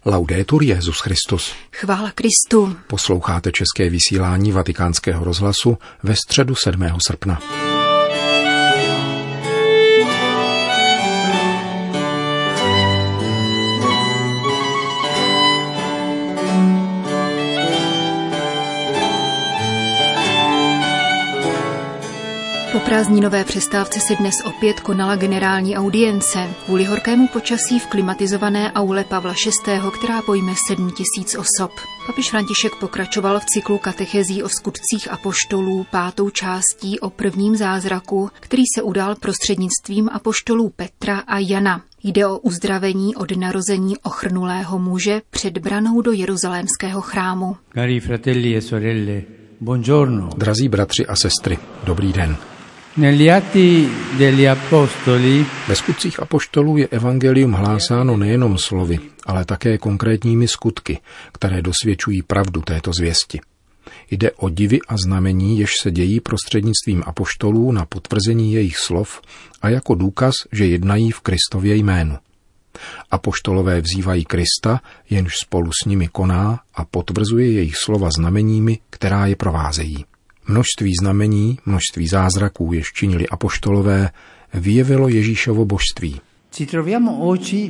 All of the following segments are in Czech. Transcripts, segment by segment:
Laudetur Jesus Christus. Chvála Kristu. Posloucháte české vysílání Vatikánského rozhlasu ve středu 7. srpna. Po prázdninové přestávce se dnes opět konala generální audience. Kvůli horkému počasí v klimatizované aule Pavla VI., která pojme 7 000 osob. Papež František pokračoval v cyklu katechezí o skutcích apoštolů 5. částí o prvním zázraku, který se udál prostřednictvím apoštolů Petra a Jana. Jde o uzdravení od narození ochrnulého muže před branou do jeruzalémského chrámu. Cari fratelli e sorelle, buongiorno. Drazí bratři a sestry, dobrý den. Negli Atti degli Apostoli Ve skutcích apoštolů je evangelium hlásáno nejenom slovy, ale také konkrétními skutky, které dosvědčují pravdu této zvěsti. Jde o divy a znamení, jež se dějí prostřednictvím apoštolů na potvrzení jejich slov a jako důkaz, že jednají v Kristově jménu. Apoštolové vzývají Krista, jenž spolu s nimi koná a potvrzuje jejich slova znameními, která je provázejí. Množství znamení, množství zázraků, jež činili apoštolové, vyjevilo Ježíšovo božství. ci troviamo oggi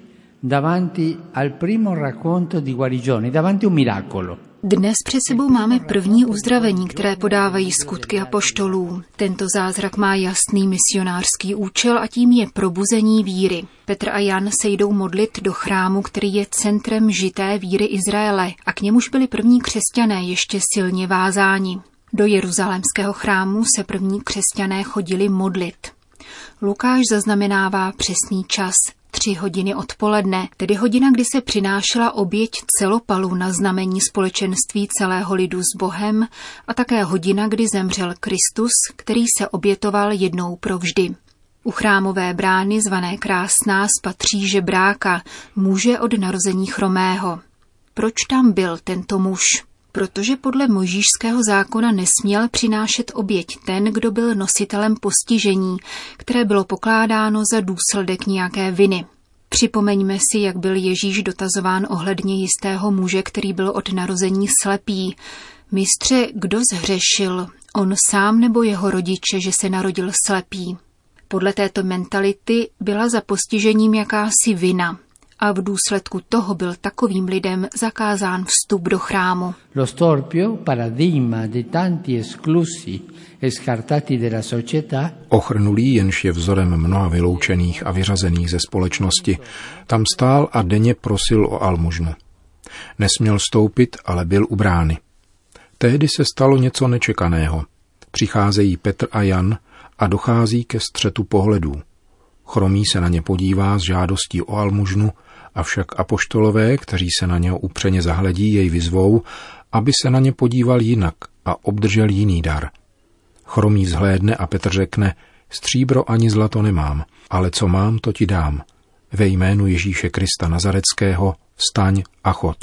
davanti al primo racconto di guarigione, davanti a un miracolo. Dnes před sebou máme první uzdravení, které podávají skutky apoštolů. Tento zázrak má jasný misionářský účel a tím je probuzení víry. Petr a Jan se jdou modlit do chrámu, který je centrem žité víry Izraele a k němuž byli první křesťané ještě silně vázáni. Do jeruzalémského chrámu se první křesťané chodili modlit. Lukáš zaznamenává přesný čas, 3 hodiny odpoledne, tedy hodina, kdy se přinášela oběť celopalu na znamení společenství celého lidu s Bohem a také hodina, kdy zemřel Kristus, který se obětoval jednou provždy. U chrámové brány zvané Krásná spatří žebráka, muže od narození chromého. Proč tam byl tento muž? Protože podle mojžíšského zákona nesměl přinášet oběť ten, kdo byl nositelem postižení, které bylo pokládáno za důsledek nějaké viny. Připomeňme si, jak byl Ježíš dotazován ohledně jistého muže, který byl od narození slepý. Mistře, kdo zhřešil, on sám nebo jeho rodiče, že se narodil slepý? Podle této mentality byla za postižením jakási vina. A v důsledku toho byl takovým lidem zakázán vstup do chrámu. Lo storpio, paradigma di tanti esclusi e scartati della società, Ochrnulý, jenž je vzorem mnoha vyloučených a vyřazených ze společnosti, tam stál a denně prosil o almužnu. Nesměl vstoupit, ale byl u brány. Tehdy se stalo něco nečekaného. Přicházejí Petr a Jan a dochází ke střetu pohledů. Chromý se na ně podívá s žádostí o almužnu, avšak apoštolové, kteří se na něho upřeně zahledí, jej vyzvou, aby se na ně podíval jinak a obdržel jiný dar. Chromý vzhlédne a Petr řekne, stříbro ani zlato nemám, ale co mám, to ti dám. Ve jménu Ježíše Krista Nazareckého vstaň a choď.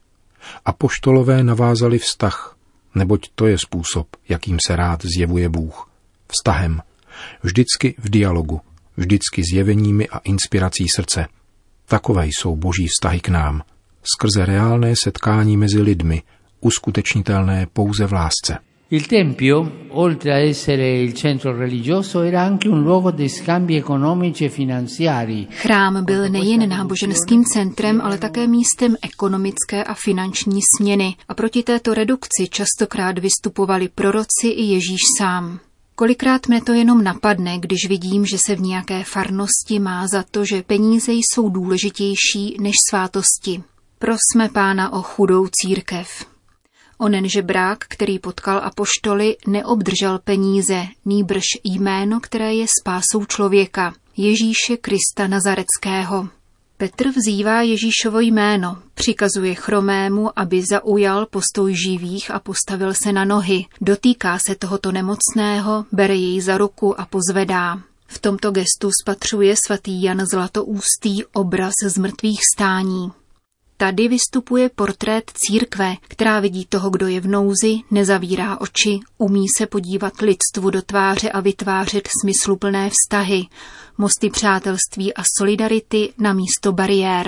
Apoštolové navázali vztah, neboť to je způsob, jakým se rád zjevuje Bůh. Vztahem. Vždycky v dialogu. Vždycky zjeveními a inspirací srdce. Takové jsou boží vztahy k nám. Skrze reálné setkání mezi lidmi, uskutečnitelné pouze v lásce. il tempio, oltre a essere il centro religioso, era anche un luogo di scambi economici e finanziari. Chrám byl nejen náboženským centrem, ale také místem ekonomické a finanční směny. A proti této redukci častokrát vystupovali proroci i Ježíš sám. Kolikrát mne to jenom napadne, když vidím, že se v nějaké farnosti má za to, že peníze jsou důležitější než svátosti. Prosme Pána o chudou církev. Onen žebrák, který potkal apoštoly, neobdržel peníze, nýbrž jméno, které je spásou člověka, Ježíše Krista Nazareckého. Petr vzývá Ježíšovo jméno, přikazuje chromému, aby zaujal postoj živých a postavil se na nohy, dotýká se tohoto nemocného, bere jej za ruku a pozvedá. V tomto gestu spatřuje svatý Jan Zlatoústý obraz z mrtvých stání. Tady vystupuje portrét církve, která vidí toho, kdo je v nouzi, nezavírá oči, umí se podívat lidstvu do tváře a vytvářet smysluplné vztahy, mosty přátelství a solidarity na místo bariér.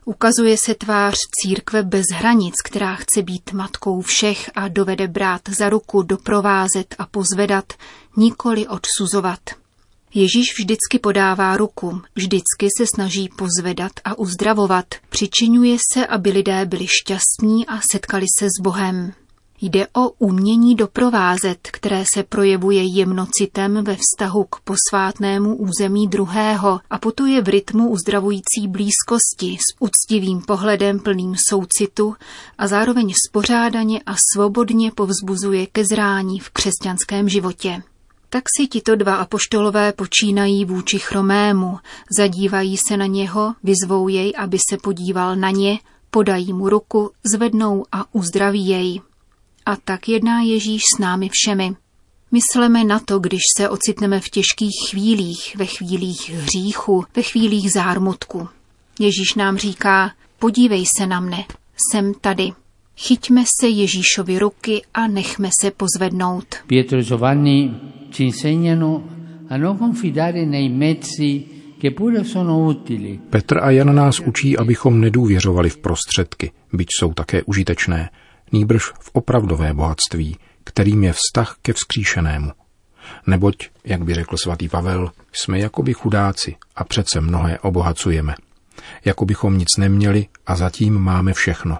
Ukazuje se tvář církve bez hranic, která chce být matkou všech a dovede brát za ruku, doprovázet a pozvedat, nikoli odsuzovat. Ježíš vždycky podává ruku, vždycky se snaží pozvedat a uzdravovat, přičiňuje se, aby lidé byli šťastní a setkali se s Bohem. Jde o umění doprovázet, které se projevuje jemnocitem ve vztahu k posvátnému území druhého a putuje v rytmu uzdravující blízkosti s úctivým pohledem plným soucitu a zároveň spořádaně a svobodně povzbuzuje ke zrání v křesťanském životě. Tak si tito dva apoštolové počínají vůči chromému, zadívají se na něho, vyzvou jej, aby se podíval na ně, podají mu ruku, zvednou a uzdraví jej. A tak jedná Ježíš s námi všemi. Mysleme na to, když se ocitneme v těžkých chvílích, ve chvílích hříchu, ve chvílích zármutku. Ježíš nám říká, podívej se na mne, jsem tady. Chyťme se Ježíšovy ruky a nechme se pozvednout. Pietro e Giovanni ci insegnano a non confidare nei mezzi che pure sono utili. Petr a Jan nás učí, abychom nedůvěřovali v prostředky, byť jsou také užitečné, nýbrž v opravdové bohatství, kterým je vztah ke vzkříšenému. Neboť, jak by řekl svatý Pavel, jsme jakoby chudáci a přece mnohé obohacujeme. Jako bychom nic neměli a zatím máme všechno.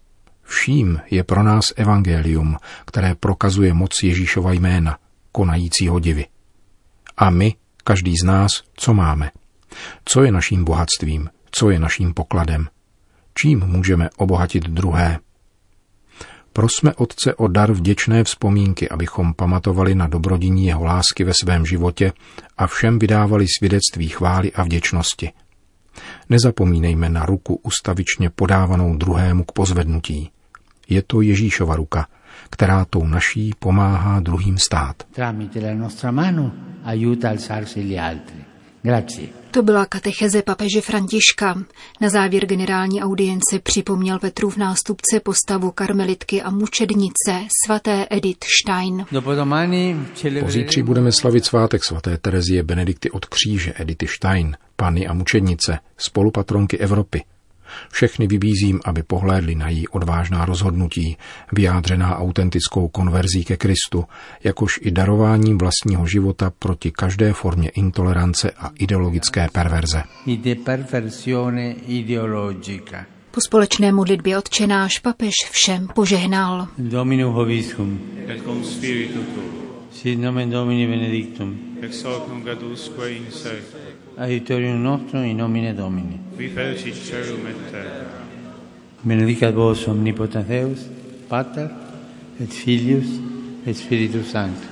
Vším je pro nás evangelium, které prokazuje moc Ježíšova jména, konajícího divy. A my, každý z nás, co máme? Co je naším bohatstvím? Co je naším pokladem? Čím můžeme obohatit druhé? Prosme Otce o dar vděčné vzpomínky, abychom pamatovali na dobrodiní jeho lásky ve svém životě a všem vydávali svědectví chvály a vděčnosti. Nezapomínejme na ruku ustavičně podávanou druhému k pozvednutí. Je to Ježíšova ruka, která tou naší pomáhá druhým stát. To byla katecheze papeže Františka. Na závěr generální audience připomněl Petrův nástupce postavu karmelitky a mučednice svaté Edith Stein. Pozítří budeme slavit svátek svaté Terezie Benedikty od kříže Edity Stein, panny a mučednice, spolupatronky Evropy. Všechny vybízím, aby pohlédli na její odvážná rozhodnutí, vyjádřená autentickou konverzí ke Kristu, jakož i darováním vlastního života proti každé formě intolerance a ideologické perverze. Po společné modlitbě Otčenáš papež všem požehnal. Dominum vobiscum. Et cum spiritu tuo. Sit nomen Domini benedictum. Ex hoc nunc et usque in seculum. Aiutorium nostrum in nomine Domini. Qui fecit caelum et terra. Benedicat vos omnipotens Deus, Pater et Filius et Spiritus Sanctus.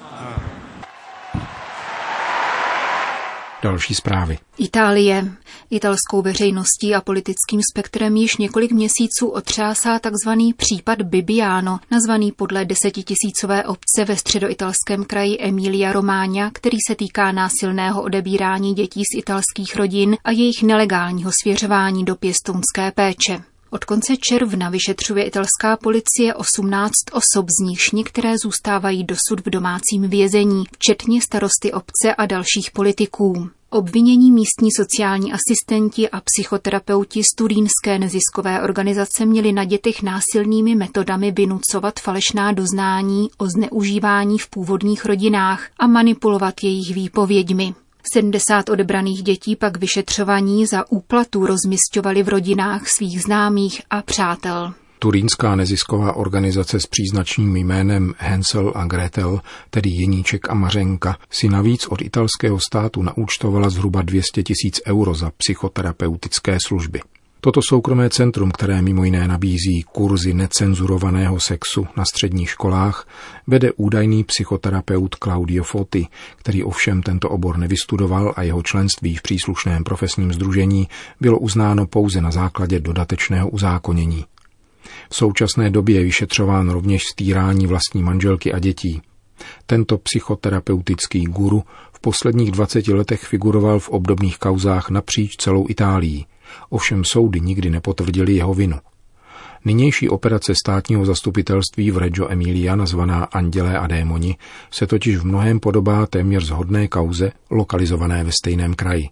Další zprávy. Itálie. Italskou veřejností a politickým spektrem již několik měsíců otřásá takzvaný případ Bibbiano, nazvaný podle 10tisícové obce ve středoitalském kraji Emilia Romagna, který se týká násilného odebírání dětí z italských rodin a jejich nelegálního svěřování do pěstounské péče. Od konce června vyšetřuje italská policie 18 osob, z nichž některé zůstávají dosud v domácím vězení, včetně starosty obce a dalších politiků. Obvinění místní sociální asistenti a psychoterapeuti z turínské neziskové organizace měli na dětech násilnými metodami vynucovat falešná doznání o zneužívání v původních rodinách a manipulovat jejich výpověďmi. 70 odebraných dětí pak vyšetřovaní za úplatu rozmisťovali v rodinách svých známých a přátel. Turínská nezisková organizace s příznačným jménem Hansel a Gretel, tedy Jeníček a Mařenka, si navíc od italského státu naúčtovala zhruba 200 000 euro za psychoterapeutické služby. Toto soukromé centrum, které mimo jiné nabízí kurzy necenzurovaného sexu na středních školách, vede údajný psychoterapeut Claudio Foti, který ovšem tento obor nevystudoval a jeho členství v příslušném profesním sdružení bylo uznáno pouze na základě dodatečného uzákonění. V současné době je vyšetřován rovněž stýrání vlastní manželky a dětí. Tento psychoterapeutický guru v posledních 20 letech figuroval v obdobných kauzách napříč celou Itálií. Ovšem soudy nikdy nepotvrdili jeho vinu. Nynější operace státního zastupitelství v Reggio Emilia, nazvaná Andělé a démoni, se totiž v mnohém podobá téměř shodné kauze lokalizované ve stejném kraji.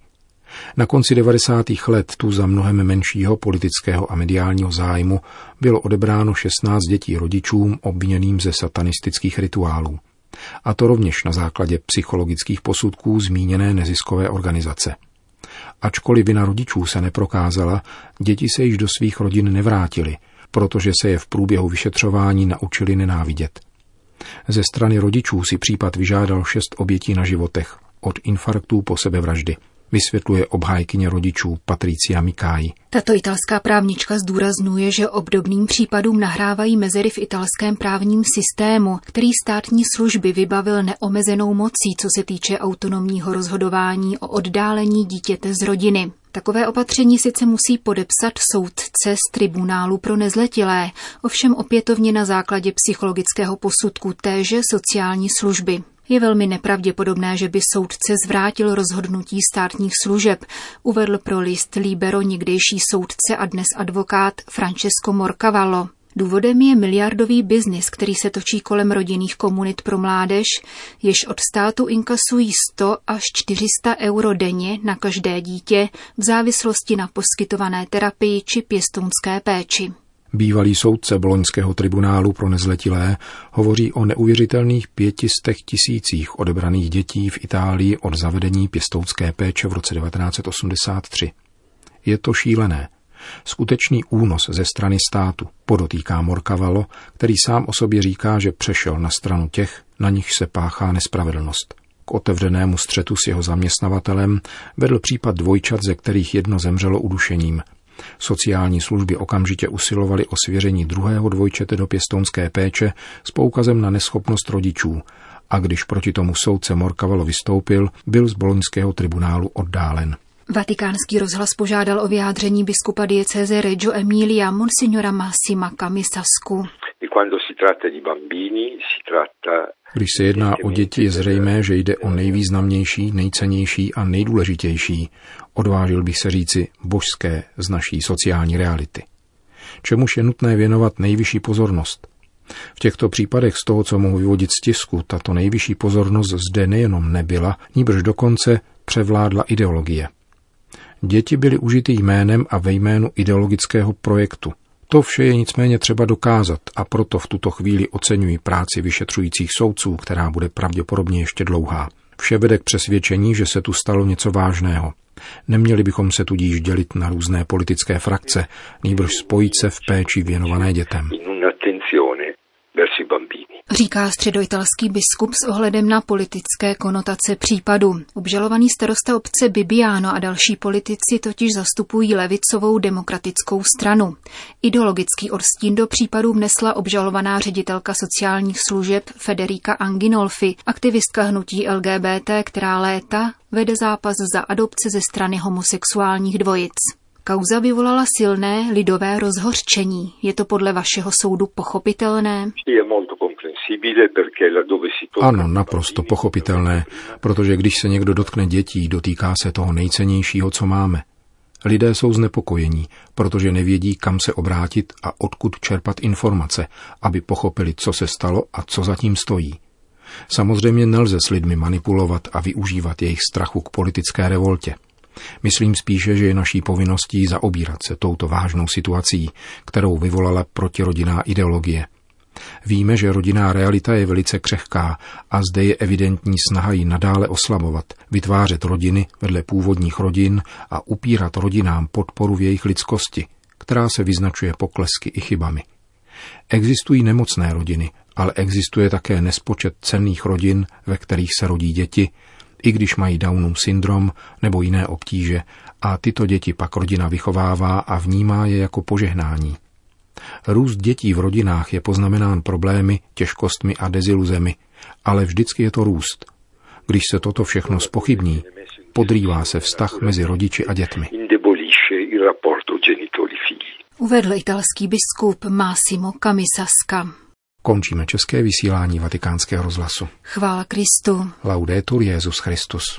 Na konci 90. let tu za mnohem menšího politického a mediálního zájmu bylo odebráno 16 dětí rodičům obviněným ze satanistických rituálů. A to rovněž na základě psychologických posudků zmíněné neziskové organizace. Ačkoliv vina rodičů se neprokázala, děti se již do svých rodin nevrátily, protože se je v průběhu vyšetřování naučili nenávidět. Ze strany rodičů si případ vyžádal 6 obětí na životech, od infarktů po sebevraždy, vysvětluje obhájkyně rodičů Patricia Micai. Tato italská právnička zdůrazňuje, že obdobným případům nahrávají mezery v italském právním systému, který státní služby vybavil neomezenou mocí, co se týče autonomního rozhodování o oddálení dítěte z rodiny. Takové opatření sice musí podepsat soudce z tribunálu pro nezletilé, ovšem opětovně na základě psychologického posudku téže sociální služby. Je velmi nepravděpodobné, že by soudce zvrátil rozhodnutí státních služeb, uvedl pro list Libero někdejší soudce a dnes advokát Francesco Morcavallo. Důvodem je miliardový biznis, který se točí kolem rodinných komunit pro mládež, jež od státu inkasují 100 až 400 euro denně na každé dítě v závislosti na poskytované terapii či pěstounské péči. Bývalý soudce Boloňského tribunálu pro nezletilé hovoří o neuvěřitelných 500 000 odebraných dětí v Itálii od zavedení pěstounské péče v roce 1983. Je to šílené. Skutečný únos ze strany státu, podotýká Morcavallo, který sám o sobě říká, že přešel na stranu těch, na nich se páchá nespravedlnost. K otevřenému střetu s jeho zaměstnavatelem vedl případ dvojčat, ze kterých jedno zemřelo udušením. Sociální služby okamžitě usilovaly o svěření druhého dvojčete do pěstounské péče s poukazem na neschopnost rodičů a když proti tomu soudce Morcavallo vystoupil, byl z boloňského tribunálu oddálen. Vatikánský rozhlas požádal o vyjádření biskupa diecéze Reggio Emilia monsignora Massima Camisascu. Když se jedná o děti, je zřejmé, že jde o nejvýznamnější, nejcennější a nejdůležitější, odvážil bych se říci božské z naší sociální reality. Čemuž je nutné věnovat nejvyšší pozornost. V těchto případech z toho, co mohu vyvodit z tisku, tato nejvyšší pozornost zde nejenom nebyla, nýbrž dokonce převládla ideologie. Děti byly užity jménem a ve jménu ideologického projektu. To vše je nicméně třeba dokázat a proto v tuto chvíli oceňuji práci vyšetřujících soudců, která bude pravděpodobně ještě dlouhá. Vše vede k přesvědčení, že se tu stalo něco vážného. Neměli bychom se tudíž dělit na různé politické frakce, nýbrž spojit se v péči věnované dětem. Říká středoitalský biskup s ohledem na politické konotace případu. Obžalovaný starosta obce Bibbiano a další politici totiž zastupují levicovou demokratickou stranu. Ideologický odstín do případu vnesla obžalovaná ředitelka sociálních služeb Federica Anginolfi, aktivistka hnutí LGBT, která léta vede zápas za adopce ze strany homosexuálních dvojic. Kauza vyvolala silné lidové rozhořčení. Je to podle vašeho soudu pochopitelné? Ano, naprosto pochopitelné, protože když se někdo dotkne dětí, dotýká se toho nejcennějšího, co máme. Lidé jsou znepokojení, protože nevědí, kam se obrátit a odkud čerpat informace, aby pochopili, co se stalo a co za tím stojí. Samozřejmě nelze s lidmi manipulovat a využívat jejich strachu k politické revoltě. Myslím spíše, že je naší povinností zaobírat se touto vážnou situací, kterou vyvolala protirodinná ideologie. Víme, že rodinná realita je velice křehká a zde je evidentní snaha ji nadále oslabovat, vytvářet rodiny vedle původních rodin a upírat rodinám podporu v jejich lidskosti, která se vyznačuje poklesky i chybami. Existují nemocné rodiny, ale existuje také nespočet cenných rodin, ve kterých se rodí děti, i když mají Downův syndrom nebo jiné obtíže, a tyto děti pak rodina vychovává a vnímá je jako požehnání. Růst dětí v rodinách je poznamenán problémy, těžkostmi a deziluzemi, ale vždycky je to růst. Když se toto všechno zpochybní, podrývá se vztah mezi rodiči a dětmi. Uvedl italský biskup Massimo Camisasca. Končíme české vysílání Vatikánského rozhlasu. Chvála Kristu. Laudetur Jesus Christus.